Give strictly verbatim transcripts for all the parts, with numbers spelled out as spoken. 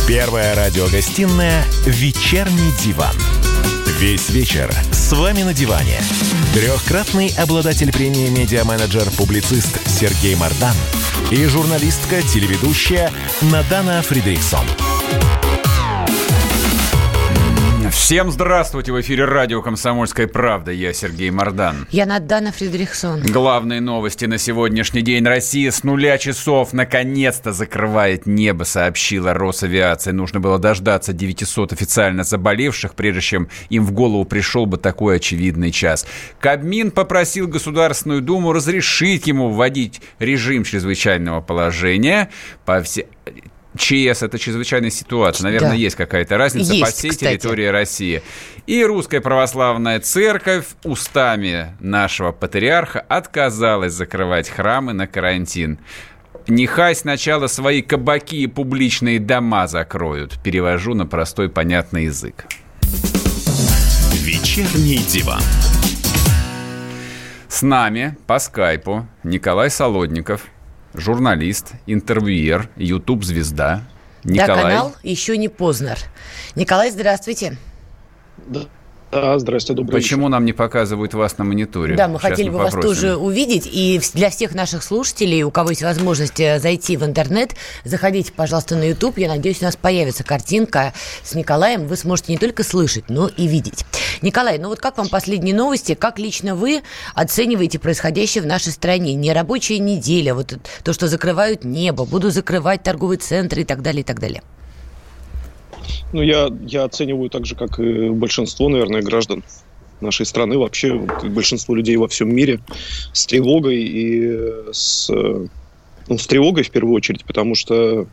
Первая радиогостинная «Вечерний диван». Весь вечер с вами на диване. Трехкратный обладатель премии «Медиа-менеджер», публицист Сергей Мардан и журналистка-телеведущая Надана Фридрихсон. Всем здравствуйте! В эфире радио «Комсомольская правда». Я Сергей Мардан. Я Надана Фридрихсон. Главные новости на сегодняшний день. Россия с нуля часов наконец-то закрывает небо, сообщила Росавиация. Нужно было дождаться девятисот официально заболевших, прежде чем им в голову пришел бы такой очевидный час. Кабмин попросил Государственную Думу разрешить ему вводить режим чрезвычайного положения по всей... ЧС – это чрезвычайная ситуация. Наверное, да. есть какая-то разница есть, по всей кстати. территории России. И Русская Православная Церковь устами нашего патриарха отказалась закрывать храмы на карантин. Нехай сначала свои кабаки и публичные дома закроют. Перевожу на простой понятный язык. Вечерний диван. С нами по скайпу Николай Солодников, журналист, интервьюер, YouTube-звезда. Николай. Да, канал «Еще не Познер». Николай, здравствуйте. Да. Да, здравствуйте, добрый вечер. Почему нам не показывают вас на мониторе? Да, мы Сейчас хотели мы бы попросим. вас тоже увидеть. И для всех наших слушателей, у кого есть возможность зайти в интернет, заходите, пожалуйста, на YouTube. Я надеюсь, у нас появится картинка с Николаем. Вы сможете не только слышать, но и видеть. Николай, ну вот как вам последние новости? Как лично вы оцениваете происходящее в нашей стране? Нерабочая неделя, вот то, что закрывают небо, будут закрывать торговые центры и так далее, и так далее. Ну, я, я оцениваю так же, как и большинство, наверное, граждан нашей страны, вообще, как большинство людей во всем мире, с тревогой и с, ну, с тревогой в первую очередь, потому что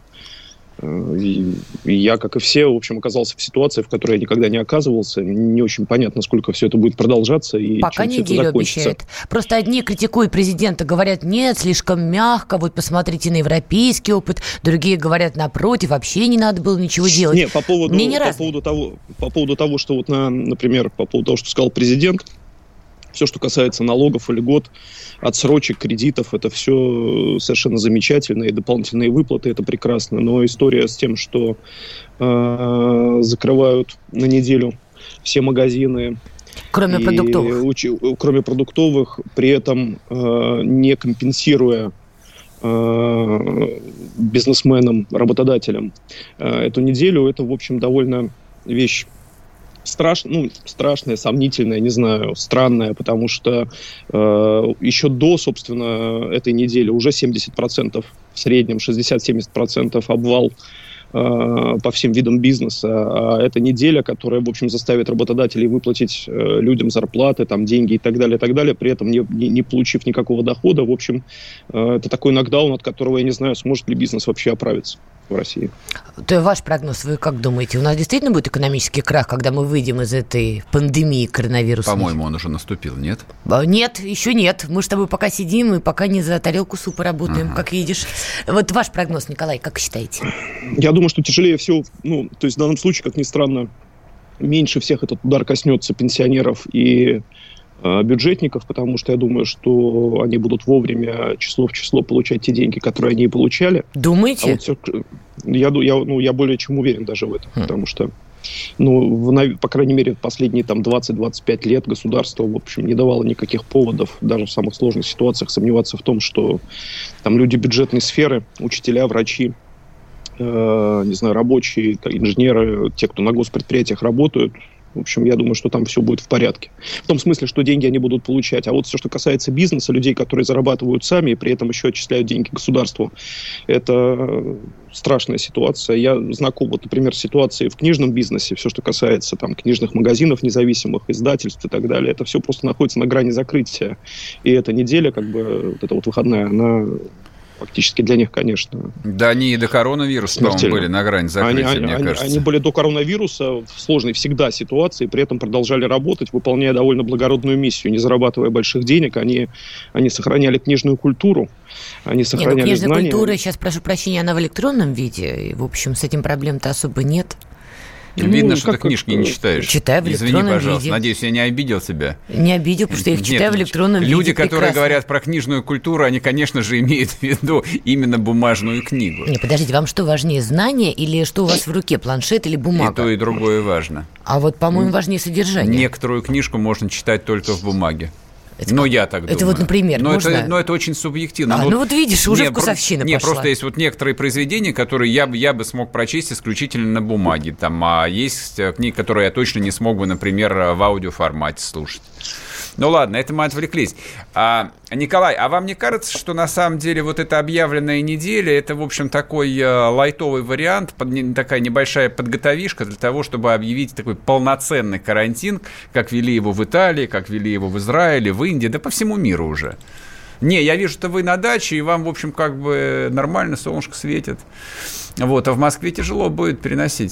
И, и я, как и все, в общем, оказался в ситуации, в которой я никогда не оказывался. Не очень понятно, сколько все это будет продолжаться и пока чем все это закончится. Обещает. Просто одни критикуют президента, говорят, нет, слишком мягко, вот посмотрите на европейский опыт. Другие говорят, напротив, вообще не надо было ничего делать. Не, по поводу, не по поводу того, по поводу того, что вот, на, например, по поводу того, что сказал президент, все, что касается налогов и льгот, отсрочек, кредитов, это все совершенно замечательно, и дополнительные выплаты, это прекрасно. Но история с тем, что э, закрывают на неделю все магазины, кроме и, продуктовых, уч, кроме продуктовых, при этом э, не компенсируя э, бизнесменам, работодателям э, эту неделю, это, в общем, довольно вещь Страш, ну, страшная, сомнительная, не знаю, странная, потому что э, еще до, собственно, этой недели уже семьдесят процентов, в среднем шестьдесят-семьдесят процентов обвал э, по всем видам бизнеса. А эта неделя, которая, в общем, заставит работодателей выплатить э, людям зарплаты, там, деньги и так далее, и так далее, при этом не, не, не получив никакого дохода, в общем, э, это такой нокдаун, от которого я не знаю, сможет ли бизнес вообще оправиться в России. То ваш прогноз, вы как думаете, у нас действительно будет экономический крах, когда мы выйдем из этой пандемии коронавируса? По-моему, он уже наступил, нет? Нет, еще нет. Мы с тобой пока сидим и пока не за тарелку супа работаем, ага. как видишь. Вот ваш прогноз, Николай, как считаете? Я думаю, что тяжелее всего, ну, то есть в данном случае, как ни странно, меньше всех этот удар коснется пенсионеров и бюджетников, потому что я думаю, что они будут вовремя число в число получать те деньги, которые они и получали. Думаете? А вот все, я, я, ну, я более чем уверен даже в этом, хм. потому что, ну, в, по крайней мере, последние там, двадцать-двадцать пять лет государство, в общем, не давало никаких поводов, даже в самых сложных ситуациях, сомневаться в том, что там люди бюджетной сферы, учителя, врачи, э, не знаю, рабочие, инженеры, те, кто на госпредприятиях работают, в общем, я думаю, что там все будет в порядке. В том смысле, что деньги они будут получать. А вот все, что касается бизнеса, людей, которые зарабатывают сами и при этом еще отчисляют деньги государству, это страшная ситуация. Я знаком, вот, например, с ситуацией в книжном бизнесе, все, что касается там, книжных магазинов независимых, издательств и так далее, это все просто находится на грани закрытия. И эта неделя, как бы, вот эта вот выходная, она... фактически для них, конечно. Да, они и до коронавируса, по-моему, были на грани закрытия, они, мне они, кажется. Они были до коронавируса в сложной всегда ситуации, при этом продолжали работать, выполняя довольно благородную миссию, не зарабатывая больших денег. Они, они сохраняли книжную культуру, они сохраняли не, ну, книжная знания. Культура, сейчас, прошу прощения, она в электронном виде, и, в общем, с этим проблем-то особо нет. Видно, Ну, что как- ты книжки не читаешь. Читаю в Извини, электронном пожалуйста. виде. Надеюсь, я не обидел тебя. Не обидел, потому что я их читаю Нет, в электронном виде. люди, которые прекрасно. говорят про книжную культуру, они, конечно же, имеют в виду именно бумажную книгу. Не, подождите, вам что важнее, знание или что у вас в руке, планшет или И бумага? то, и другое важно. А вот, по-моему, важнее содержание. Некоторую книжку можно читать только в бумаге. Это Ну, как? я так Это думаю. вот, например, но можно? это, но это очень субъективно. А, ну вот видишь, уже не, вкусовщина Не, пошла. просто есть вот некоторые произведения, которые я, бы- я бы смог прочесть исключительно на бумаге. Там, а есть э, книги, которые я точно не смог бы, например, в аудиоформате слушать. Ну ладно, это мы отвлеклись. А, Николай, а вам не кажется, что на самом деле вот эта объявленная неделя, это, в общем, такой э, лайтовый вариант, под, не, такая небольшая подготовишка для того, чтобы объявить такой полноценный карантин, как вели его в Италии, как вели его в Израиле, в Индии, да по всему миру уже? Не, я вижу, что вы на даче, и вам, в общем, как бы нормально, солнышко светит. Вот, а в Москве тяжело будет переносить.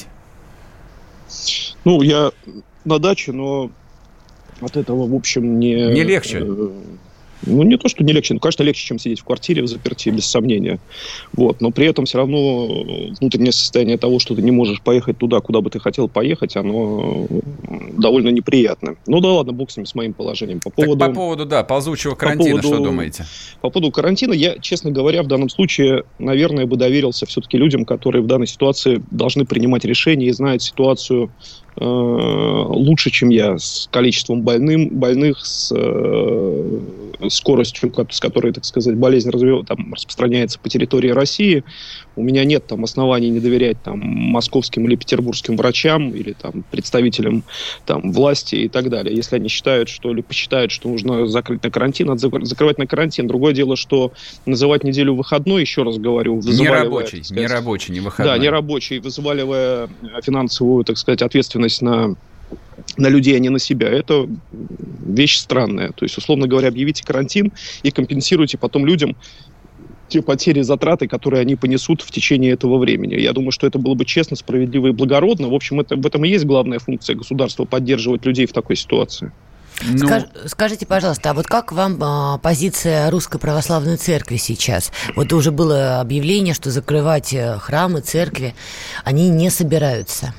Ну, я на даче, но от этого, в общем, не... Не легче? э, Ну, не то, что не легче. Ну, конечно, легче, чем сидеть в квартире в заперти, без сомнения. Вот. Но при этом все равно внутреннее состояние того, что ты не можешь поехать туда, куда бы ты хотел поехать, оно довольно неприятно. Ну да ладно, бог с ним, с моим положением. По поводу, Так по поводу, да, ползучего карантина, поводу- что думаете? по поводу карантина, я, честно говоря, в данном случае, наверное, бы доверился все-таки людям, которые в данной ситуации должны принимать решения и знают ситуацию э, лучше, чем я, с количеством больным, больных, с э, скоростью, с которой, так сказать, болезнь развив... там, распространяется по территории России. У меня нет там оснований не доверять там московским или петербургским врачам или там представителям там власти и так далее. Если они считают, что или посчитают, что нужно закрыть на карантин, надо закр- закрывать на карантин. Другое дело, что называть неделю выходной, еще раз говорю, Не взваливая, рабочий, так сказать, не рабочий, не выходной. да, не рабочий, взваливая финансовую, так сказать, ответственность на, на людей, а не на себя. Это вещь странная. То есть, условно говоря, объявите карантин и компенсируйте потом людям те потери, затраты, которые они понесут в течение этого времени. Я думаю, что это было бы честно, справедливо и благородно. В общем, это, в этом и есть главная функция государства — поддерживать людей в такой ситуации. Ну, Скаж- скажите, пожалуйста, а вот как вам а, позиция Русской Православной Церкви сейчас? Вот уже было объявление, что закрывать э, храмы, церкви, они не собираются.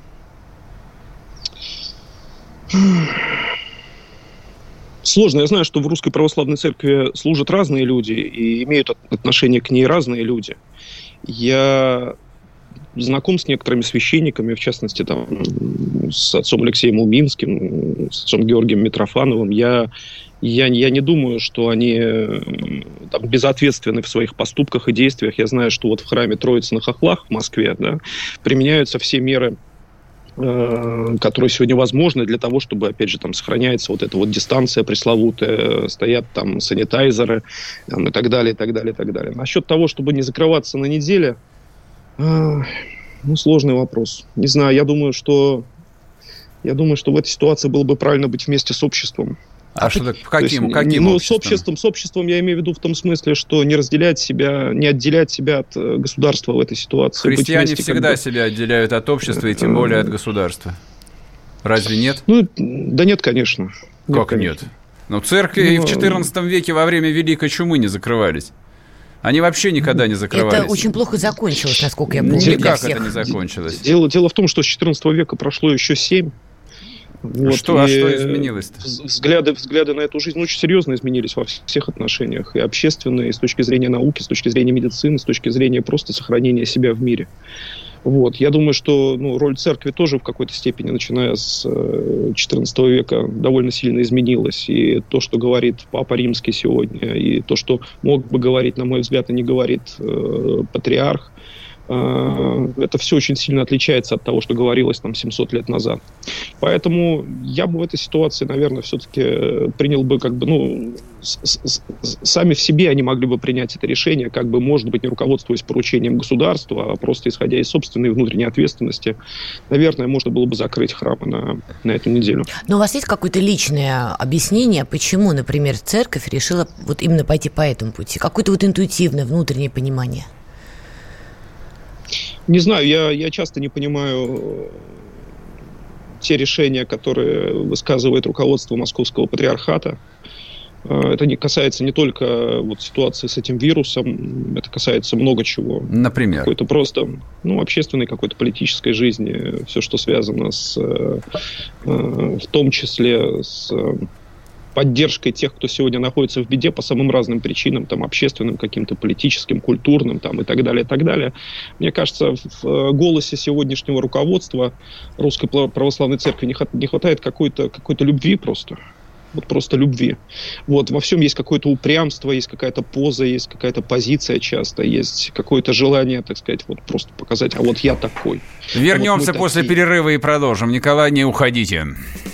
Сложно. Я знаю, что в Русской Православной Церкви служат разные люди и имеют от- отношение к ней разные люди. Я знаком с некоторыми священниками, в частности, там, с отцом Алексеем Улминским, с отцом Георгием Митрофановым. Я, я, я не думаю, что они э, там, безответственны в своих поступках и действиях. Я знаю, что вот в храме Троицы на Хохлах в Москве, да, применяются все меры, э, которые сегодня возможны для того, чтобы, опять же, там сохраняется вот эта вот дистанция пресловутая, стоят там санитайзеры там, и так далее, и так далее, и так далее. Насчет того, чтобы не закрываться на неделе, э, ну, сложный вопрос. Не знаю, я думаю, что я думаю, что в этой ситуации было бы правильно быть вместе с обществом. а что так, То каким, есть, каким ну, с обществом? обществом, с обществом я имею в виду в том смысле, что не разделять себя, не отделять себя от э, государства в этой ситуации. Быть Христиане вместе, как всегда бы. себя отделяют от общества и тем более от государства. Разве нет? Ну, да нет, конечно. Как конечно. нет? Ну, церкви и в Ну, четырнадцатом веке во время Великой Чумы не закрывались. Они вообще никогда не закрывались. Это очень плохо закончилось, насколько я помню, Никак для это всех. не закончилось. Дело, дело в том, что с четырнадцатого века прошло еще семь. Вот, Что, а и что изменилось-то? Взгляды, взгляды на эту жизнь очень серьезно изменились во всех отношениях. И общественные, и с точки зрения науки, с точки зрения медицины, с точки зрения просто сохранения себя в мире. Вот. Я думаю, что ну, роль церкви тоже в какой-то степени, начиная с четырнадцатого века, довольно сильно изменилась. И то, что говорит Папа Римский сегодня, и то, что мог бы говорить, на мой взгляд, и не говорит э, патриарх, э, это все очень сильно отличается от того, что говорилось там семьсот лет назад. Поэтому я бы в этой ситуации, наверное, все-таки принял бы как бы, ну, с- с- с- сами в себе они могли бы принять это решение, как бы, может быть, не руководствуясь поручением государства, а просто исходя из собственной внутренней ответственности. Наверное, можно было бы закрыть храмы на, на эту неделю. Но у вас есть какое-то личное объяснение, почему, например, церковь решила вот именно пойти по этому пути? Какое-то вот интуитивное внутреннее понимание? Не знаю, я, я часто не понимаю те решения, которые высказывает руководство Московского патриархата. Это не касается не только вот ситуации с этим вирусом, это касается много чего. Например? Какой-то просто, ну, общественной, какой-то политической жизни, все, что связано с, в том числе с поддержкой тех, кто сегодня находится в беде по самым разным причинам, там, общественным, каким-то политическим, культурным, там, и так далее, и так далее. Мне кажется, в голосе сегодняшнего руководства Русской Православной Церкви не хватает какой-то, какой-то любви просто. Вот просто любви. Вот, во всем есть какое-то упрямство, есть какая-то поза, есть какая-то позиция часто, есть какое-то желание, так сказать, вот просто показать, а вот я такой. Вернемся вот после такие. перерыва и продолжим. Николай, не уходите.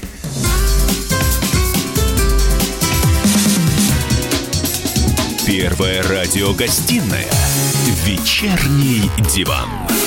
Первая радиогостинная «Вечерний диван».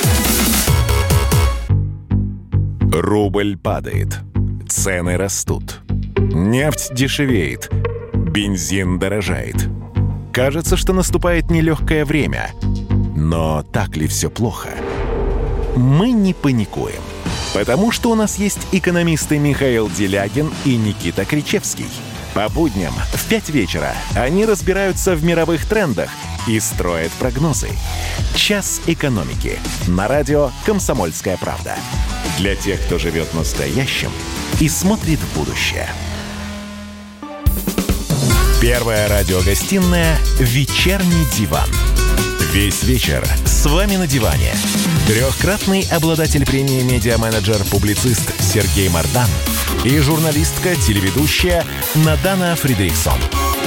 Рубль падает, цены растут, нефть дешевеет, бензин дорожает. Кажется, что наступает нелегкое время. Но так ли все плохо? Мы не паникуем, потому что у нас есть экономисты Михаил Делягин и Никита Кричевский. По будням в пять вечера они разбираются в мировых трендах и строят прогнозы. «Час экономики» на радио «Комсомольская правда». Для тех, кто живет настоящим и смотрит в будущее. Первая радиогостинная «Вечерний диван». Весь вечер с вами на диване. Трехкратный обладатель премии «Медиа-менеджер», публицист Сергей Мардан и журналистка-телеведущая Надана Фридрихсон.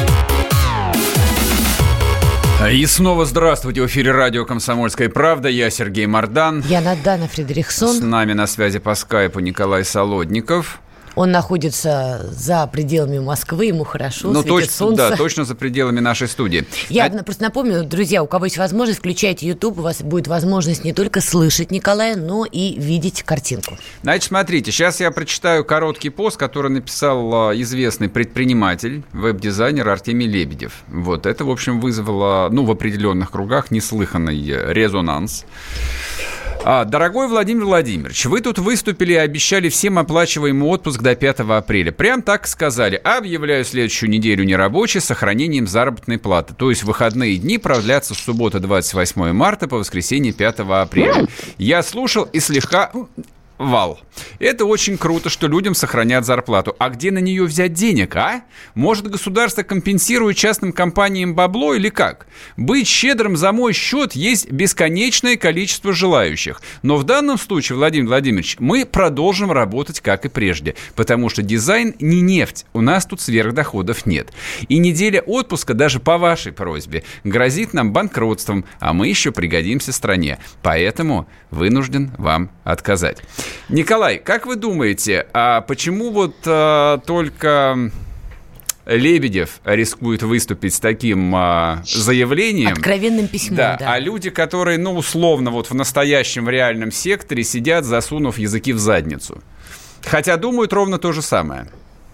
И снова здравствуйте. В эфире радио «Комсомольская правда». Я Сергей Мардан. Я Надана Фридрихсон. С нами на связи по скайпу Николай Солодников. Он находится за пределами Москвы, ему хорошо, ну, светит точно, солнце. Да, точно за пределами нашей студии. Я а... просто напомню, друзья, у кого есть возможность, включайте YouTube, у вас будет возможность не только слышать Николая, но и видеть картинку. Значит, смотрите, сейчас я прочитаю короткий пост, который написал известный предприниматель, веб-дизайнер Артемий Лебедев. Вот, это, в общем, вызвало, ну, в определенных кругах неслыханный резонанс. А, дорогой Владимир Владимирович, вы тут выступили и обещали всем оплачиваемый отпуск до пятого апреля. Прям так сказали. Объявляю следующую неделю нерабочей с сохранением заработной платы. То есть выходные дни продлятся с субботы двадцать восьмого марта по воскресенье пятого апреля. Я слушал и слегка... Вал. Это очень круто, что людям сохранят зарплату. А где на нее взять денег, а? Может, государство компенсирует частным компаниям бабло или как? Быть щедрым за мой счет есть бесконечное количество желающих. Но в данном случае, Владимир Владимирович, мы продолжим работать как и прежде. Потому что дизайн не нефть. У нас тут сверхдоходов нет. И неделя отпуска, даже по вашей просьбе, грозит нам банкротством, а мы еще пригодимся стране. Поэтому вынужден вам отказать. Николай, как вы думаете, а почему вот а, только Лебедев рискует выступить с таким а, заявлением? Откровенным письмом, да, да. А люди, которые, ну, условно, вот в настоящем, в реальном секторе сидят, засунув языки в задницу. Хотя думают ровно то же самое.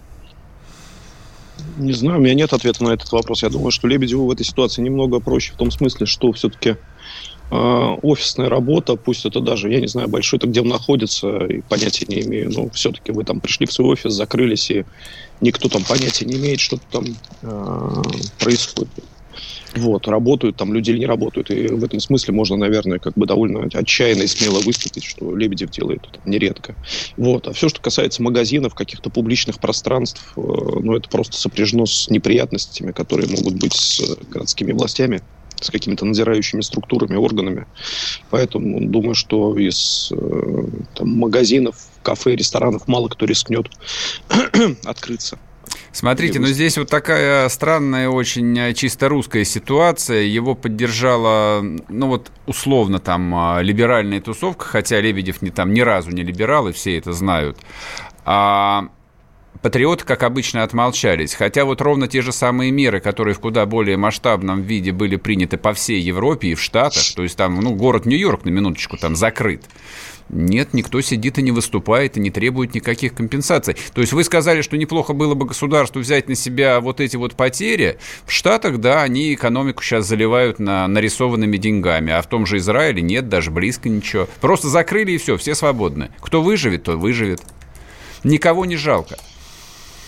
Не знаю, у меня нет ответа на этот вопрос. Я думаю, что Лебедеву в этой ситуации немного проще в том смысле, что все-таки офисная работа, пусть это даже, я не знаю, большой-то, где он находится, и понятия не имею, но все-таки вы там пришли в свой офис, закрылись, и никто там понятия не имеет, что там э, происходит. Вот, работают там люди или не работают, и в этом смысле можно, наверное, как бы довольно отчаянно и смело выступить, что Лебедев делает это нередко. Вот, а все, что касается магазинов, каких-то публичных пространств, э, ну, это просто сопряжено с неприятностями, которые могут быть с городскими властями, с какими-то надзирающими структурами, органами. Поэтому думаю, что из э, там, магазинов, кафе, ресторанов мало кто рискнет открыться. Смотрите, ну здесь вот такая странная, очень чисто русская ситуация. Его поддержала, ну вот условно там либеральная тусовка, хотя Лебедев не, там ни разу не либерал, и все это знают. А патриоты, как обычно, отмолчались. Хотя вот ровно те же самые меры, которые в куда более масштабном виде были приняты по всей Европе и в Штатах, то есть там, ну, город Нью-Йорк, на минуточку, там закрыт. Нет, никто сидит и не выступает, и не требует никаких компенсаций. То есть вы сказали, что неплохо было бы государству взять на себя вот эти вот потери. В Штатах, да, они экономику сейчас заливают на нарисованными деньгами, а в том же Израиле нет, даже близко ничего. Просто закрыли и все, все свободны. Кто выживет, тот выживет. Никого не жалко.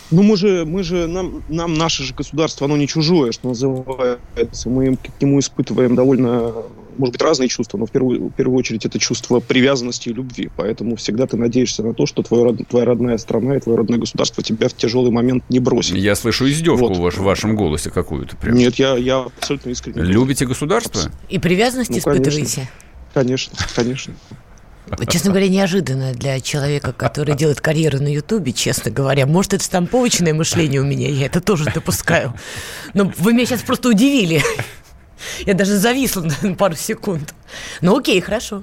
Ну, мы же, мы же, нам, нам наше же государство, оно не чужое, что называется. Мы к нему испытываем довольно, может быть, разные чувства, но в первую, в первую очередь это чувство привязанности и любви. Поэтому всегда ты надеешься на то, что твоя, твоя родная страна и твое родное государство тебя в тяжелый момент не бросит. Я слышу издевку вот. в вашем голосе какую-то. Прям. Нет, я, я абсолютно искренне. Любите государство? И привязанность ну, испытываете? Конечно, конечно. Честно говоря, неожиданно для человека, который делает карьеру на Ютубе, честно говоря. Может, это штамповочное мышление у меня, я это тоже допускаю. Но вы меня сейчас просто удивили. Я даже зависла на пару секунд. Ну окей, хорошо.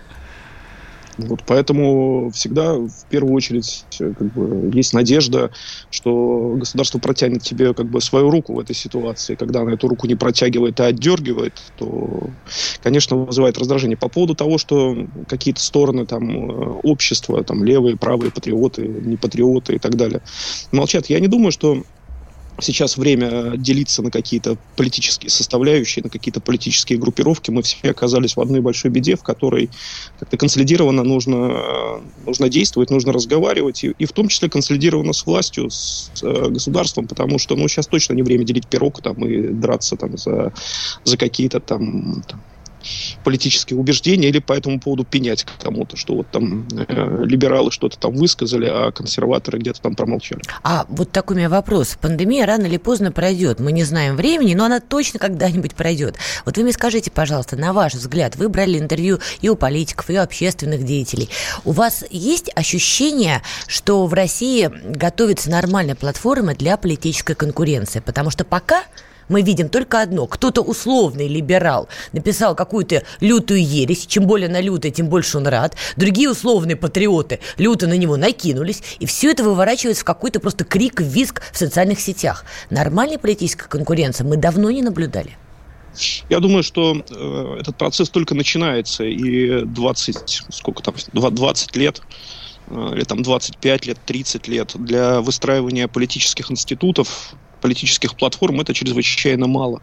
Вот поэтому всегда в первую очередь как бы, есть надежда, что государство протянет тебе как бы, свою руку в этой ситуации. Когда она эту руку не протягивает, а отдергивает, то, конечно, вызывает раздражение. По поводу того, что какие-то стороны там, общества, там, левые, правые, патриоты, не патриоты и так далее, молчат. Я не думаю, что сейчас время делиться на какие-то политические составляющие, на какие-то политические группировки. Мы все оказались в одной большой беде, в которой как-то консолидированно нужно, нужно действовать, нужно разговаривать, и, и в том числе консолидированно с властью, с э, государством, потому что ну, сейчас точно не время делить пирог там, и драться там, за, за какие-то там... там политические убеждения или по этому поводу пенять кому-то, что вот там э, либералы что-то там высказали, а консерваторы где-то там промолчали. А вот такой у меня вопрос. Пандемия рано или поздно пройдет. Мы не знаем времени, но она точно когда-нибудь пройдет. Вот вы мне скажите, пожалуйста, на ваш взгляд, вы брали интервью и у политиков, и у общественных деятелей. У вас есть ощущение, что в России готовится нормальная платформа для политической конкуренции? Потому что пока... мы видим только одно. Кто-то условный либерал написал какую-то лютую ересь. Чем более она лютая, тем больше он рад. Другие условные патриоты люто на него накинулись. И все это выворачивается в какой-то просто крик, визг в социальных сетях. Нормальной политической конкуренции мы давно не наблюдали. Я думаю, что э, этот процесс только начинается. И двадцать, сколько там, двадцать лет... или там двадцать пять лет, тридцать лет для выстраивания политических институтов, политических платформ это чрезвычайно мало.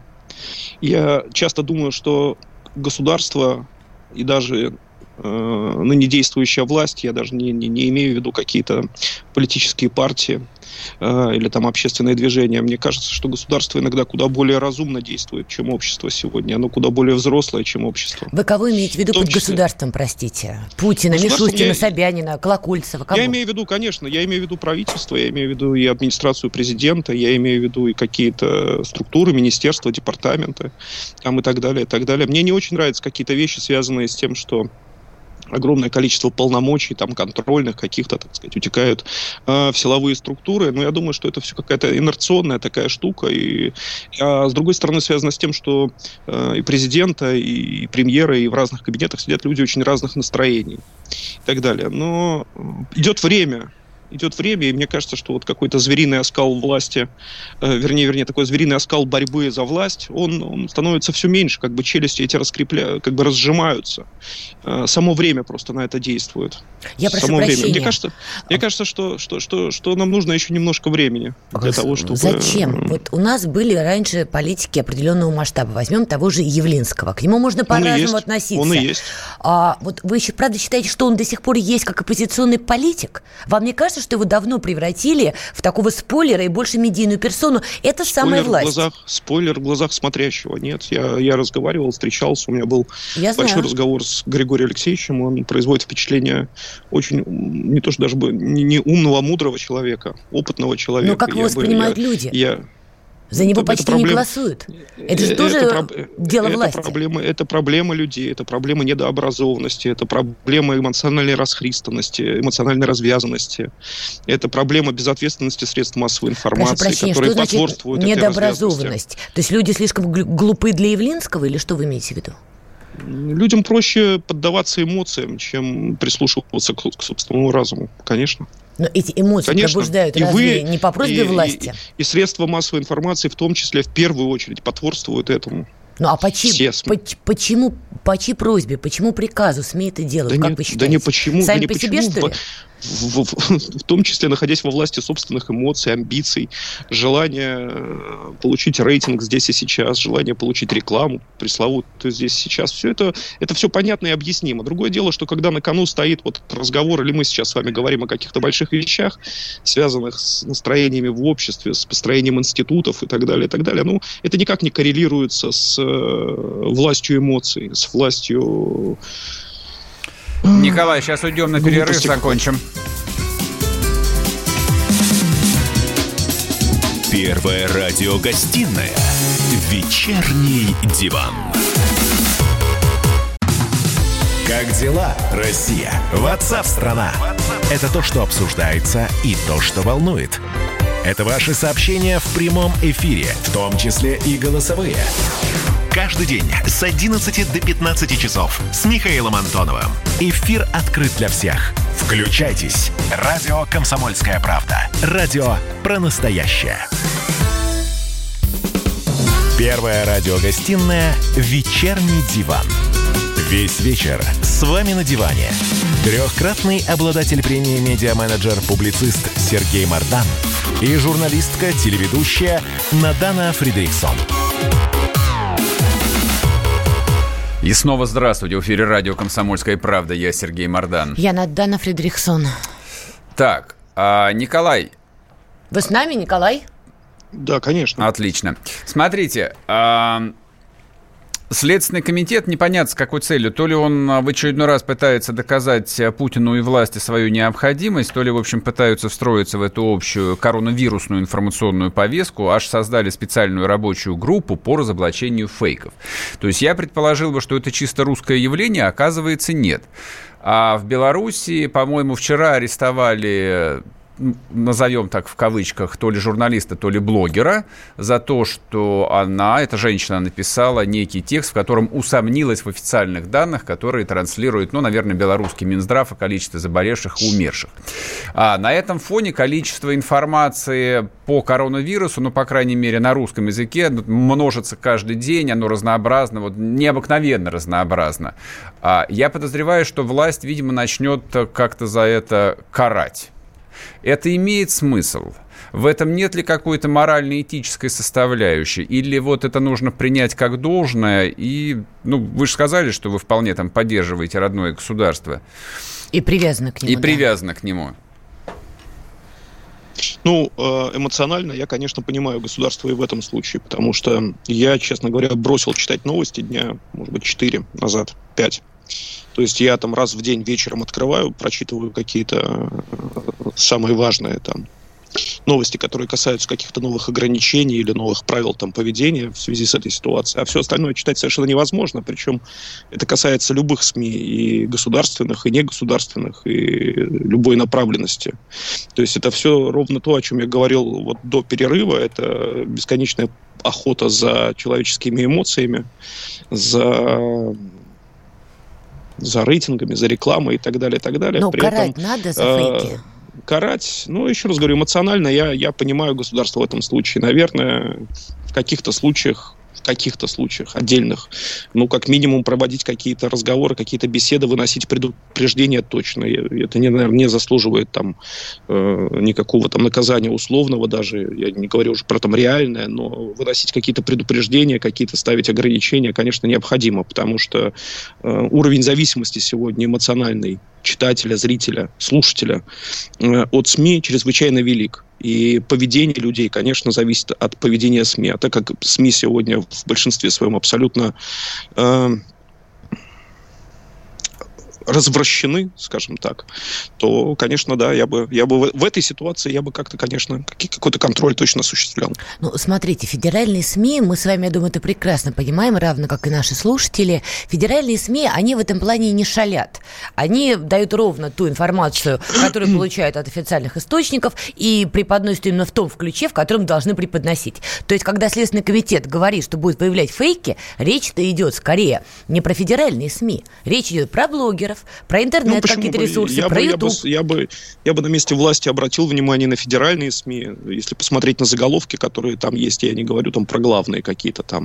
Я часто думаю, что государство и даже э, ныне действующая власть, я даже не, не, не имею в виду какие-то политические партии э, или там общественные движения, мне кажется, что государство иногда куда более разумно действует, чем общество сегодня. Оно куда более взрослое, чем общество. Вы кого имеете в виду под числе... государством, простите? Путина, Мишустина, я... Собянина, Колокольцева? Кого? Я имею в виду, конечно, я имею в виду правительство, я имею в виду и администрацию президента, я имею в виду и какие-то структуры, министерства, департаменты там, и так далее, и так далее. Мне не очень нравятся какие-то вещи, связанные с тем, что огромное количество полномочий, там, контрольных каких-то, так сказать, утекают э, в силовые структуры. Но я думаю, что это все какая-то инерционная такая штука. И, а с другой стороны, связано с тем, что э, и президента, и, и премьера, и в разных кабинетах сидят люди очень разных настроений и так далее. Но идет время. Идет время, и мне кажется, что вот какой-то звериный оскал власти, э, вернее, вернее, такой звериный оскал борьбы за власть, он, он становится все меньше, как бы челюсти эти раскрепляют, как бы разжимаются. Э, само время просто на это действует. Я прошу само прощения. Время. Мне кажется, мне кажется что, что, что, что нам нужно еще немножко времени для Гос... того, чтобы... Зачем? Вот у нас были раньше политики определенного масштаба. Возьмем того же Явлинского. К нему можно по-разному относиться. Он и есть. А вот вы еще, правда, считаете, что он до сих пор есть как оппозиционный политик? Вам не кажется, что его давно превратили в такого спойлера и больше медийную персону? Это спойлер самая власть. В глазах, спойлер в глазах смотрящего. Нет, я, я разговаривал, встречался, у меня был я большой знаю. разговор с Григорием Алексеевичем. Он производит впечатление очень, не то что даже бы, не, не умного, а мудрого человека, опытного человека. Но как его воспринимают я, люди? Я, За него это, почти это проблема, не голосуют. Это же тоже это, дело это власти. Проблема, это проблема людей, это проблема недообразованности, это проблема эмоциональной расхристанности, эмоциональной развязанности, это проблема безответственности средств массовой информации, Прошу прощения, которые что значит потворствуют этой недообразованность? То есть люди слишком глупы для Явлинского, или что вы имеете в виду? Людям проще поддаваться эмоциям, чем прислушиваться к, к собственному разуму, конечно. Но эти эмоции Конечно. пробуждают И разве вы, не по просьбе и, власти? И, и средства массовой информации в том числе в первую очередь потворствуют этому. Ну, а по, чьи, по, почему, по чьей просьбе, почему приказу СМИ это делают, да как не, вы считаете? Да не почему, Сами да не по почему, себе, что ли? В, в, в том числе находясь во власти собственных эмоций, амбиций, желание получить рейтинг здесь и сейчас, желание получить рекламу пресловутую здесь и сейчас. Все это, это все понятно и объяснимо. Другое дело, что когда на кону стоит вот разговор, или мы сейчас с вами говорим о каких-то больших вещах, связанных с настроениями в обществе, с построением институтов и так далее, и так далее, ну, это никак не коррелируется с э, властью эмоций, с властью... Николай, сейчас уйдем на перерыв, закончим. Первая радиогостинная «Вечерний диван». Как дела, Россия? Ватсап-страна! Это то, что обсуждается и то, что волнует. Это ваши сообщения в прямом эфире, в том числе и голосовые. Каждый день с одиннадцати до пятнадцати часов с Михаилом Антоновым. Эфир открыт для всех. Включайтесь. Радио «Комсомольская правда». Радио про настоящее. Первая радиогостинная «Вечерний диван». Весь вечер с вами на диване. Трехкратный обладатель премии «Медиа-менеджер», публицист Сергей Мардан и журналистка-телеведущая Надана Фридрихсон. И снова здравствуйте. В эфире радио «Комсомольская правда». Я Сергей Мардан. Я Надана Фридрихсон. Так, а, Николай. Вы с нами, Николай? Да, конечно. Отлично. Смотрите, а, Следственный комитет, непонятно с какой целью. То ли он в очередной раз пытается доказать Путину и власти свою необходимость, то ли, в общем, пытаются встроиться в эту общую коронавирусную информационную повестку, аж создали специальную рабочую группу по разоблачению фейков. То есть я предположил бы, что это чисто русское явление, а оказывается нет. А в Беларуси, по-моему, вчера арестовали... назовем так в кавычках, то ли журналиста, то ли блогера, за то, что она, эта женщина, написала некий текст, в котором усомнилась в официальных данных, которые транслирует, ну, наверное, белорусский Минздрав о количестве заболевших и умерших. А на этом фоне количество информации по коронавирусу, ну, по крайней мере, на русском языке, множится каждый день, оно разнообразно, вот, необыкновенно разнообразно. А я подозреваю, что власть, видимо, начнет как-то за это карать. Это имеет смысл? В этом нет ли какой-то морально-этической составляющей? Или вот это нужно принять как должное? И, ну, вы же сказали, что вы вполне там поддерживаете родное государство. И привязаны к нему. И да. привязаны к нему. Ну, эмоционально я, конечно, понимаю государство и в этом случае, потому что я, честно говоря, бросил читать новости дня, может быть, четыре назад, пять. То есть я там раз в день вечером открываю, прочитываю какие-то самые важные там новости, которые касаются каких-то новых ограничений или новых правил там поведения в связи с этой ситуацией. А все остальное читать совершенно невозможно. Причем это касается любых СМИ, и государственных, и негосударственных, и любой направленности. То есть это все ровно то, о чем я говорил вот до перерыва. Это бесконечная охота за человеческими эмоциями, за... за рейтингами, за рекламой и так далее, и так далее. Но При карать этом, надо за э, фейки? Карать, ну, еще раз говорю, эмоционально я, я понимаю государство в этом случае. Наверное, в каких-то случаях, в каких-то случаях отдельных, ну, как минимум проводить какие-то разговоры, какие-то беседы, выносить предупреждения точно. Это, не, наверное, не заслуживает там э, никакого там наказания условного даже, я не говорю уже про там реальное, но выносить какие-то предупреждения, какие-то ставить ограничения, конечно, необходимо, потому что э, уровень зависимости сегодня эмоциональный читателя, зрителя, слушателя э, от СМИ чрезвычайно велик. И поведение людей, конечно, зависит от поведения СМИ. А так как СМИ сегодня в большинстве своем абсолютно э, развращены, скажем так, то, конечно, да, я бы, я бы в, в этой ситуации я бы как-то, конечно, какой-то контроль точно осуществлял. Ну, смотрите, федеральные СМИ, мы с вами, я думаю, это прекрасно понимаем, равно как и наши слушатели. Федеральные СМИ, они в этом плане не шалят. Они дают ровно ту информацию, которую получают от официальных источников, и преподносят именно в том ключе, в котором должны преподносить. То есть, когда Следственный комитет говорит, что будет выявлять фейки, речь-то идет скорее не про федеральные СМИ. Речь идет про блогеров, телевизоров, про интернет, ну, какие-то ресурсы, я про бы, YouTube. Я бы, я, бы, я бы на месте власти обратил внимание на федеральные СМИ. Если посмотреть на заголовки, которые там есть, я не говорю там про главные какие-то там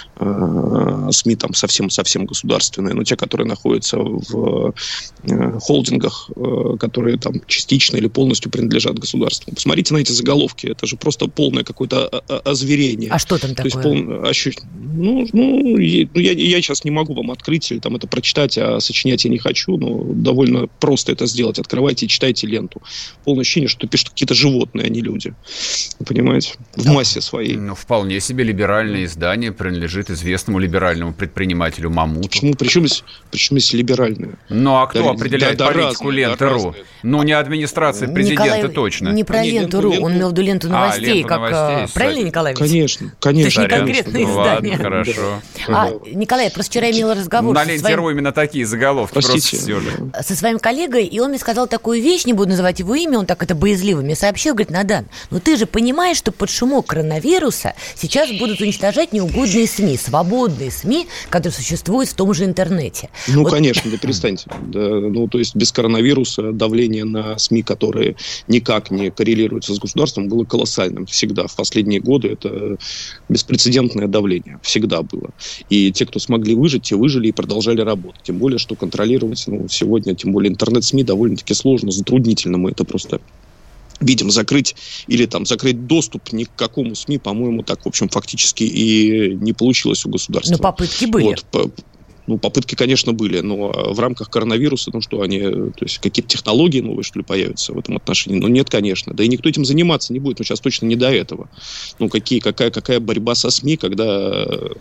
э, СМИ там совсем-совсем государственные, но те, которые находятся в э, холдингах, э, которые там частично или полностью принадлежат государству. Посмотрите на эти заголовки. Это же просто полное какое-то озверение. А что там То такое? Есть, пол... ощущ... Ну, ну я, я сейчас не могу вам открыть или там это прочитать, а сочинять я не хочу, но довольно просто это сделать. Открывайте и читайте ленту. Полное ощущение, что пишут какие-то животные, а не люди. Вы понимаете? В да. массе своей. Ну, вполне себе либеральное издание принадлежит известному либеральному предпринимателю Мамуту. Почему? Причем здесь, причем здесь либеральные? Ну, а кто да, определяет да, политику да, Ленты.ру? Да, ну, не администрация президента Николай, точно. Не про Ленту.ру, он имел в виду ленту новостей. А, ленту как, новостей, правильно, Николай? Конечно, конечно. Это же не конкретное издание. Ладно, хорошо. А, Николай, я просто вчера имела разговор на со Ленте.ру своим... именно такие заголовки. Простите. Просто со своим коллегой, и он мне сказал такую вещь, не буду называть его имя, он так это боязливо мне сообщил, говорит: Надан, ну ты же понимаешь, что под шумок коронавируса сейчас будут уничтожать неугодные СМИ, свободные СМИ, которые существуют в том же интернете. Ну, вот... конечно, да перестаньте. Да, ну, то есть без коронавируса давление на СМИ, которые никак не коррелируются с государством, было колоссальным всегда. В последние годы это беспрецедентное давление. Всегда было. И те, кто смогли выжить, те выжили и продолжали работать. Тем более, что контролировать ну, сегодня, тем более интернет-СМИ, довольно-таки сложно, затруднительно. Мы это просто видим. Закрыть или там закрыть доступ ни к какому СМИ, по-моему, так, в общем, фактически и не получилось у государства. Но попытки были. Вот, по- Ну, попытки, конечно, были, но в рамках коронавируса, ну что, они, то есть какие-то технологии новые, что ли, появятся в этом отношении? Ну, нет, конечно. Да и никто этим заниматься не будет, ну, сейчас точно не до этого. Ну, какие, какая, какая борьба со СМИ, когда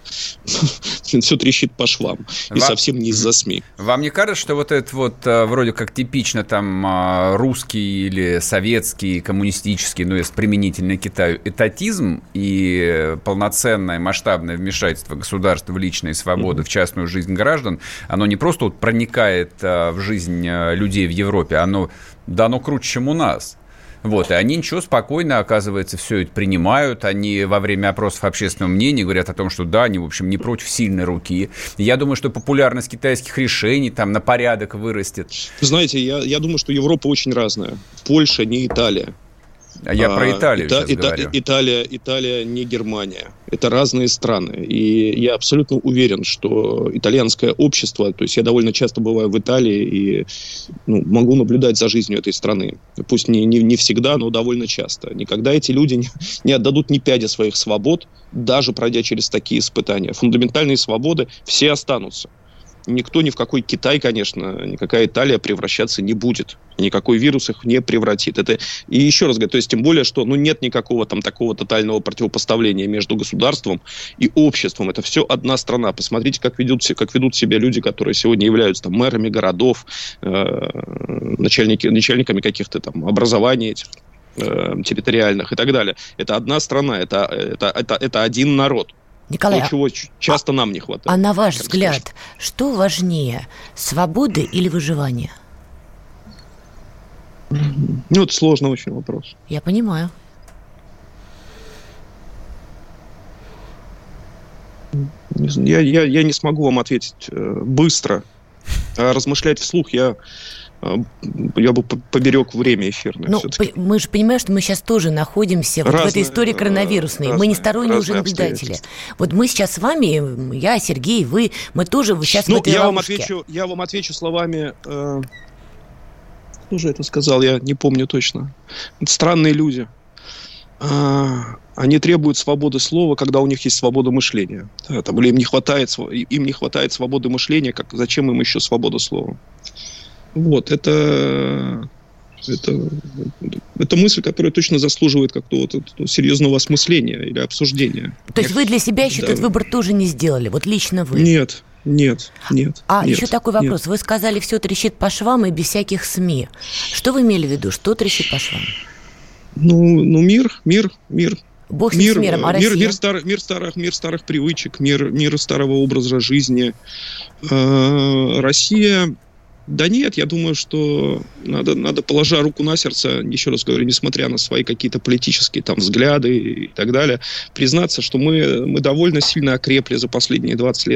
все трещит по швам, и совсем не из-за СМИ. Вам не кажется, что вот этот вот вроде как типично там русский или советский, коммунистический, ну, если применительно к Китаю, этатизм и полноценное масштабное вмешательство государства в личные свободы, в частную жизнь граждан, оно не просто вот проникает а, в жизнь а, людей в Европе, оно, да, оно круче, чем у нас. Вот, и они ничего, спокойно, оказывается, все это принимают. Они во время опросов общественного мнения говорят о том, что да, они, в общем, не против сильной руки. Я думаю, что популярность китайских решений там на порядок вырастет. Знаете, я, я думаю, что Европа очень разная. Польша не Италия. А я а, про Италию Ита- сейчас Ита- говорю. Италия, Италия не Германия. Это разные страны. И я абсолютно уверен, что итальянское общество, то есть я довольно часто бываю в Италии и ну, могу наблюдать за жизнью этой страны. Пусть не, не, не всегда, но довольно часто. Никогда эти люди не, не отдадут ни пяди своих свобод, даже пройдя через такие испытания. Фундаментальные свободы все останутся. Никто ни в какой Китай, конечно, никакая Италия превращаться не будет. Никакой вирус их не превратит. Это, и еще раз говорю, то есть тем более, что ну, нет никакого там такого тотального противопоставления между государством и обществом. Это все одна страна. Посмотрите, как ведут, как ведут себя люди, которые сегодня являются там, мэрами городов, э, начальники, начальниками каких-то там образований этих, э, территориальных и так далее. Это одна страна, это, это, это, это один народ. Николай, то, чего часто а, нам не хватает. А на ваш взгляд, скажем. Что важнее, свобода или выживание? Ну, это сложный очень вопрос. Я понимаю. Я, я, я не смогу вам ответить э, быстро. А размышлять вслух я... Я бы поберег время эфирное. Ну, мы же понимаем, что мы сейчас тоже находимся вот разные, в этой истории коронавирусной. Разные, мы не сторонние уже наблюдатели. Вот мы сейчас с вами, я, Сергей, вы, мы тоже сейчас ну, в этой я ловушке. Вам отвечу, я вам отвечу словами... Э, кто же это сказал? Я не помню точно. Это странные люди. А, они требуют свободы слова, когда у них есть свобода мышления. Да, там, или им не хватает, им не хватает свободы мышления, как, зачем им еще свобода слова? Вот, это, это, это мысль, которая точно заслуживает какого-то серьезного осмысления или обсуждения. То есть вы для себя еще да. этот выбор тоже не сделали? Вот лично вы? Нет, нет, нет. А нет, еще такой вопрос. Нет. Вы сказали, все трещит по швам и без всяких СМИ. Что вы имели в виду? Что трещит по швам? Ну, ну мир, мир, мир. Бог мир, с миром, а мир, Россия? Мир, стар, мир, старых, мир старых привычек, мир, мир старого образа жизни. Э-э- Россия... Да нет, я думаю, что надо, надо, положа руку на сердце, еще раз говорю, несмотря на свои какие-то политические там взгляды и так далее, признаться, что мы, мы довольно сильно окрепли за последние двадцать лет.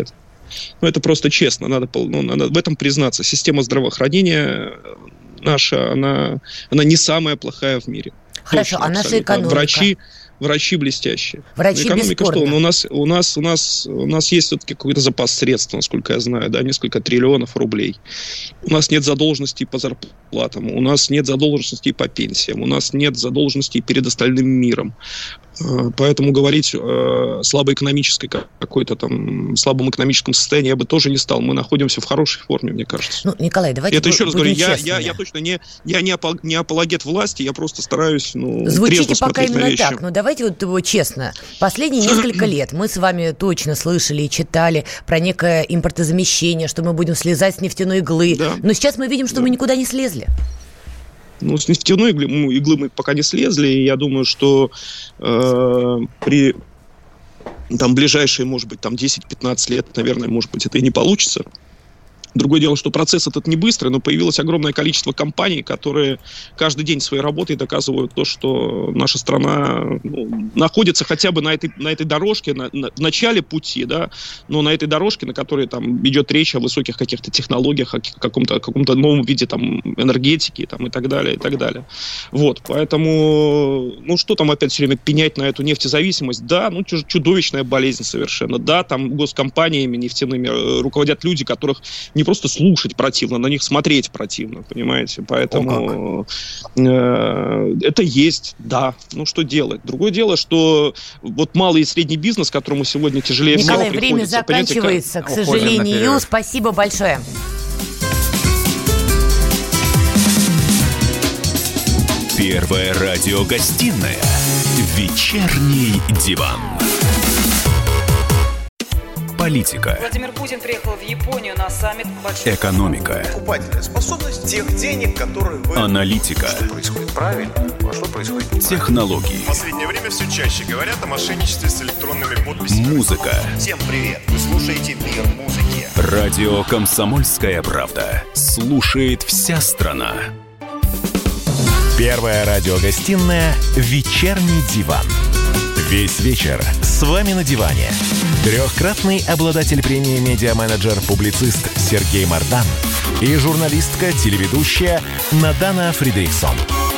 Ну, это просто честно, надо, ну, надо в этом признаться. Система здравоохранения наша, она, она не самая плохая в мире. Хорошо, точно, а наша абсолютно. экономика? Врачи, врачи блестящие. Врачи Экономика бесспорно. что? Ну, у нас, у нас, у нас, у нас есть все-таки какой-то запас средств, насколько я знаю, да, несколько триллионов рублей. У нас нет задолженностей по зарплатам, у нас нет задолженностей по пенсиям, у нас нет задолженностей перед остальным миром. Поэтому говорить о слабой экономической какой-то там слабом экономическом состоянии я бы тоже не стал. Мы находимся в хорошей форме, мне кажется. Ну, Николай, давайте это еще раз говорю, я, я, честными. я точно не, я не, апол, не апологет власти, я просто стараюсь, ну, Звучите трезво пока смотреть на именно вещи. так, но давайте вот его честно. Последние несколько лет мы с вами точно слышали и читали про некое импортозамещение, что мы будем слезать с нефтяной иглы. Да. Но сейчас мы видим, что Да. мы никуда не слезли. Ну, с нефтяной иглы, ну, иглы мы пока не слезли, и я думаю, что э, при там, ближайшие, может быть, там десять-пятнадцать лет, наверное, может быть, это и не получится. Другое дело, что процесс этот не быстрый, но появилось огромное количество компаний, которые каждый день своей работой доказывают то, что наша страна, ну, находится хотя бы на этой, на этой дорожке, на, на, в начале пути, да, но на этой дорожке, на которой там идет речь о высоких каких-то технологиях, о каком-то, о каком-то новом виде там энергетики там, и так далее, и так далее. Вот, поэтому, ну, что там опять все время пенять на эту нефтезависимость? Да, ну, чудовищная болезнь совершенно. Да, там госкомпаниями нефтяными руководят люди, которых не просто слушать противно, на них смотреть противно, понимаете? Поэтому э, это есть, да. Ну, что делать? Другое дело, что вот малый и средний бизнес, которому сегодня тяжелее Николай, всего время приходится. заканчивается, к Уходим сожалению. наперед. Спасибо большое. Первая радиогостинная «Вечерний диван». Политика, Владимир Путин приехал в Японию на саммит большой... экономика, Покупательная способность тех денег, которые вы... аналитика, Что происходит правильно, а что происходит неправильно. технологии, В последнее время все чаще говорят о мошенничестве с электронными подписями. музыка. Всем привет! Вы слушаете «Мир музыки». Радио «Комсомольская правда». Слушает вся страна. Первая радиогостинная «Вечерний диван». Весь вечер с вами на диване. Трехкратный обладатель премии «Медиа-менеджер», публицист Сергей Мардан и журналистка-телеведущая Надана Фридрихсон.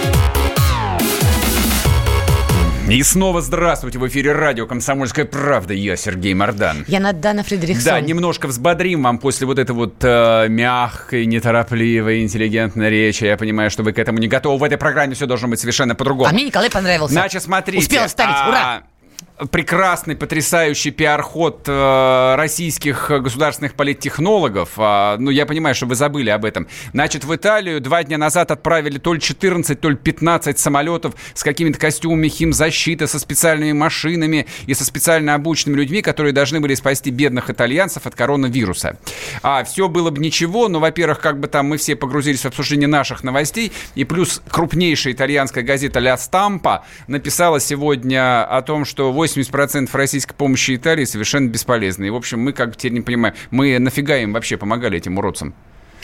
И снова здравствуйте, в эфире радио «Комсомольская правда». Я Сергей Мардан. Я Надана Фридрихсон. Да, немножко взбодрим вам после вот этой вот э, мягкой, неторопливой, интеллигентной речи. Я понимаю, что вы к этому не готовы. В этой программе все должно быть совершенно по-другому. А мне Николай понравился. Значит, смотрите. Успел вставить, а, ура! Прекрасный, потрясающий пиар-ход э, российских государственных политтехнологов. А, ну, я понимаю, что вы забыли об этом. Значит, в Италию два дня назад отправили то ли четырнадцать, то ли пятнадцать самолетов с какими-то костюмами химзащиты, со специальными машинами и со специально обученными людьми, которые должны были спасти бедных итальянцев от коронавируса. А все было бы ничего, но, во-первых, как бы там мы все погрузились в обсуждение наших новостей, и плюс крупнейшая итальянская газета «Ля Стампа» написала сегодня о том, что восемьдесят процентов российской помощи Италии совершенно бесполезны. И, в общем, мы как бы теперь не понимаем, мы нафига им вообще помогали, этим уродцам?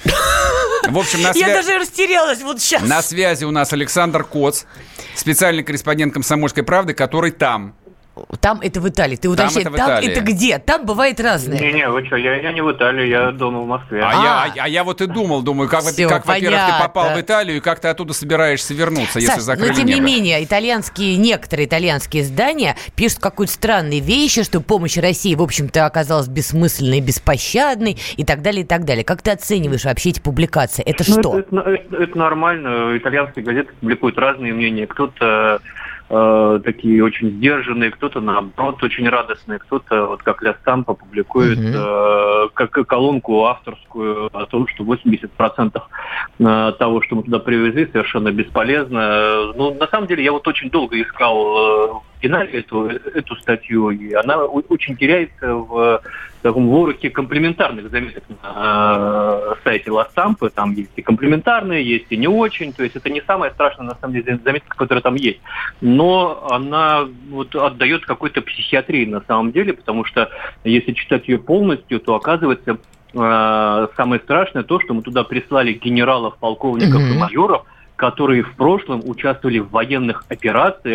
В общем, на, свя... Я даже растерялась вот сейчас. на связи у нас Александр Коц, специальный корреспондент «Комсомольской правды», который там. Там это в Италии. Ты уточняй, это в там Италии. это где? Там бывает разное. Не-не, вы что, я, я не в Италии, я дома в Москве. А, А. Я, а, а я вот и думал, думаю, как, Всё, как во-первых, ты понятно. попал в Италию, и как ты оттуда собираешься вернуться, если Саш, закрыли но тем небо. не менее, итальянские, некоторые итальянские издания пишут какую-то странную вещь, что помощь России, в общем-то, оказалась бессмысленной, беспощадной и так далее, и так далее. Как ты оцениваешь вообще эти публикации? Это Ну, что? Это, это- это- это нормально, итальянские газеты публикуют разные мнения. Кто-то э, такие очень сдержанные, кто-то, наоборот, очень радостные, кто-то, вот как Ля Стампа, публикует Мгм. э, как колонку авторскую о том, что восемьдесят процентов э, того, что мы туда привезли, совершенно бесполезно. Ну, на самом деле, я вот очень долго искал э, в финале эту, эту статью, и она о- очень теряется в таком ворохе комплементарных заметок на э, сайте Ла Стампы. Там есть и комплементарные, есть и не очень. То есть это не самая страшная, на самом деле, заметка, которая там есть. Но она вот отдает какой-то психиатрии на самом деле, потому что если читать ее полностью, то оказывается э, самое страшное то, что мы туда прислали генералов, полковников Мгм. и майоров, которые в прошлом участвовали в военных операциях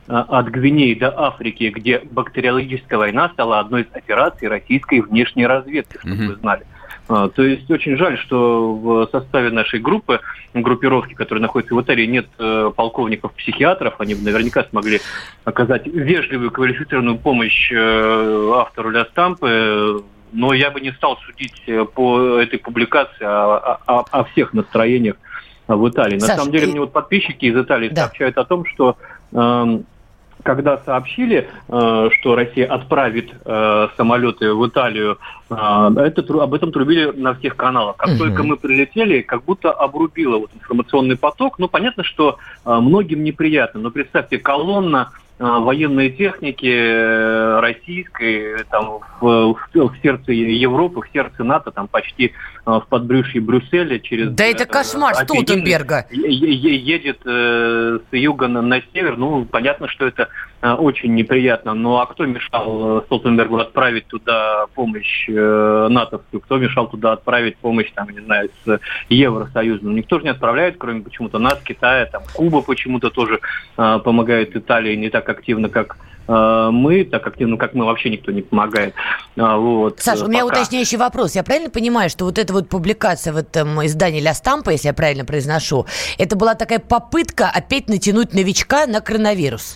от Гвинеи до Африки, где бактериологическая война стала одной из операций российской внешней разведки, чтобы mm-hmm. вы знали. То есть очень жаль, что в составе нашей группы, группировки, которая находится в Италии, нет э, полковников-психиатров. Они бы наверняка смогли оказать вежливую, квалифицированную помощь э, автору Ля Стампы. Но я бы не стал судить по этой публикации о, о, о всех настроениях в Италии. На Саша, самом деле, и... мне вот подписчики из Италии да. сообщают о том, что... Э, Когда сообщили, что Россия отправит самолеты в Италию, это, об этом трубили на всех каналах. Как угу. только мы прилетели, как будто обрубило вот информационный поток. Ну, понятно, что многим неприятно, но представьте, колонна военной техники российской там, в, в сердце Европы, в сердце НАТО, там почти в подбрюшье Брюсселя через... Да это кошмар Столтенберга. Едет э, с юга на, на север. Ну, понятно, что это э, очень неприятно. Ну, а кто мешал Столтенбергу отправить туда помощь э, натовскую? Кто мешал туда отправить помощь, там, не знаю, с Евросоюзом? Ну, никто же не отправляет, кроме почему-то нас, Китая, там, Куба почему-то тоже э, помогает Италии не так активно, как э, мы, так активно, как мы, вообще никто не помогает. А, вот, Саша, у меня пока... уточняющий вопрос. Я правильно понимаю, что вот эта вот публикация в этом издании «Ля Стампа», если я правильно произношу, это была такая попытка опять натянуть новичка на коронавирус?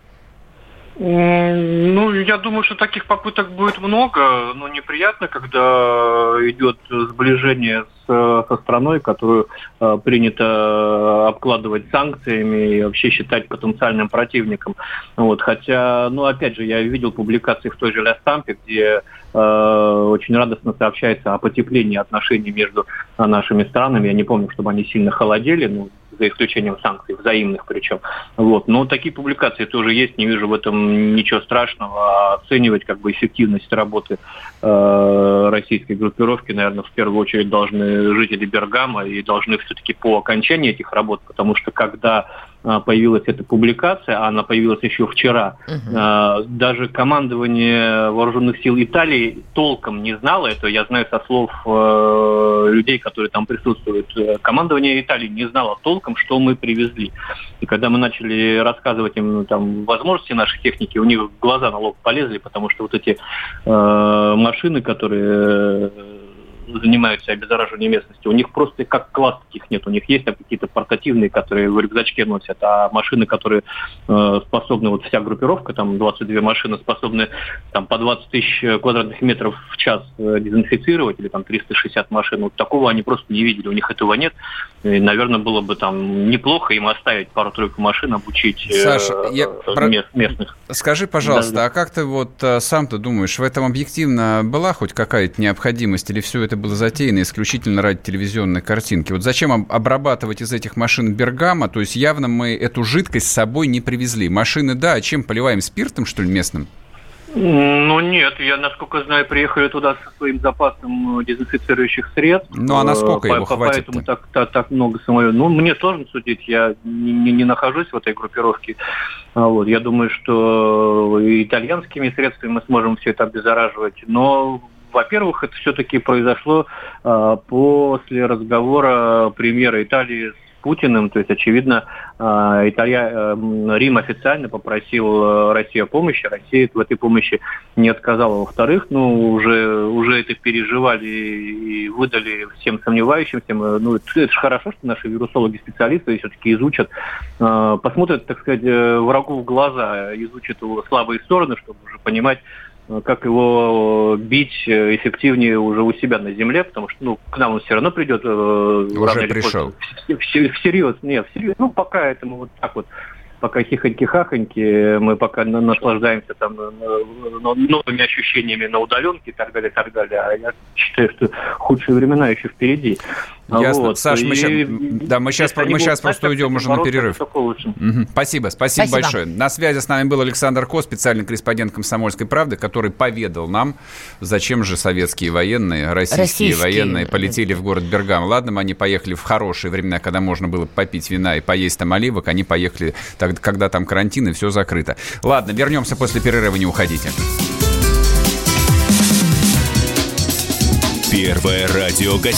Ну, я думаю, что таких попыток будет много, но неприятно, когда идет сближение с, со страной, которую э, принято обкладывать санкциями и вообще считать потенциальным противником. Вот, хотя, ну, опять же, я видел публикации в той же Ля Стампе, где э, очень радостно сообщается о потеплении отношений между нашими странами. Я не помню, чтобы они сильно холодели, ну, за исключением санкций, взаимных причем. Вот. Но такие публикации тоже есть, не вижу в этом ничего страшного. Оценивать как бы эффективность работы э, российской группировки, наверное, в первую очередь должны жители Бергама и должны все-таки по окончании этих работ, потому что когда появилась эта публикация, а она появилась еще вчера, uh-huh. даже командование вооруженных сил Италии толком не знало этого. Я знаю со слов людей, которые там присутствуют. Командование Италии не знало толком, что мы привезли. И когда мы начали рассказывать им там возможности нашей техники, у них глаза на лоб полезли, потому что вот эти э, машины, которые занимаются обеззараживанием местности, у них просто как класс таких нет. У них есть там какие-то портативные, которые в рюкзачке носят, а машины, которые э, способны, вот вся группировка, там двадцать две машины, способны там по двадцать тысяч квадратных метров в час э, дезинфицировать, или там триста шестьдесят машин. Вот такого они просто не видели, у них этого нет. И, наверное, было бы там неплохо им оставить пару-тройку машин, обучить э, Саша, я мест, про... местных. Скажи, пожалуйста, да, да. а как ты вот сам-то думаешь, в этом объективно была хоть какая-то необходимость, или все это было затеяно исключительно ради телевизионной картинки? Вот зачем обрабатывать из этих машин Бергама? То есть явно мы эту жидкость с собой не привезли. Машины, да, а чем, поливаем спиртом, что ли, местным? Ну нет, я, насколько знаю, приехали туда со своим запасом дезинфицирующих средств. Ну а насколько по, его по, хватит? Поэтому так, так, так много самолетов. Ну, мне сложно судить, я не, не, не нахожусь в этой группировке. Вот, я думаю, что итальянскими средствами мы сможем все это обеззараживать, но... Во-первых, это все-таки произошло э, после разговора премьера Италии с Путиным. То есть, очевидно, э, Италия, э, Рим официально попросил э, Россию о помощи. Россия в этой помощи не отказала. Во-вторых, ну, уже, уже это переживали и выдали всем сомневающимся. Ну, это, это же хорошо, что наши вирусологи-специалисты все-таки изучат, э, посмотрят, так сказать, врагу в глаза, изучат его слабые стороны, чтобы уже понимать, как его бить эффективнее уже у себя на земле, потому что, ну, к нам он все равно придет. Уже пришел. Всерьез, нет, всерьез. Ну, пока это мы вот так вот, пока хихоньки-хахоньки, мы пока наслаждаемся там новыми ощущениями на удаленке и так далее, и так далее. А я считаю, что худшие времена еще впереди. Ясно. Вот. Саш, мы, и... сейчас, да, мы сейчас, мы сейчас просто уйдем уже на перерыв. Угу. Спасибо, спасибо, спасибо большое. На связи с нами был Александр Ко, специальный корреспондент «Комсомольской правды», который поведал нам, зачем же советские военные, российские, российские военные полетели в город Бергам. Ладно, они поехали в хорошие времена, когда можно было попить вина и поесть там оливок, они поехали, тогда, когда там карантин и все закрыто. Ладно, вернемся после перерыва, не уходите. Первая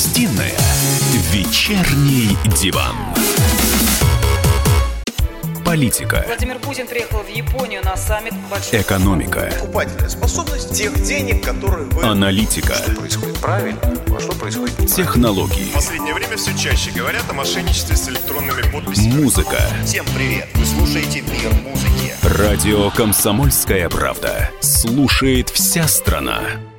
радиогостинная «Вечерний диван». Политика. Владимир Путин приехал в Японию на саммит большой... Экономика. Покупательная способность тех денег, которые вы... Аналитика. Что происходит правильно, а что происходит неправильно. Технологии. В последнее время все чаще говорят о мошенничестве с электронными подписями. Музыка. Всем привет! Вы слушаете «Мир музыки». Радио «Комсомольская правда». Слушает вся страна.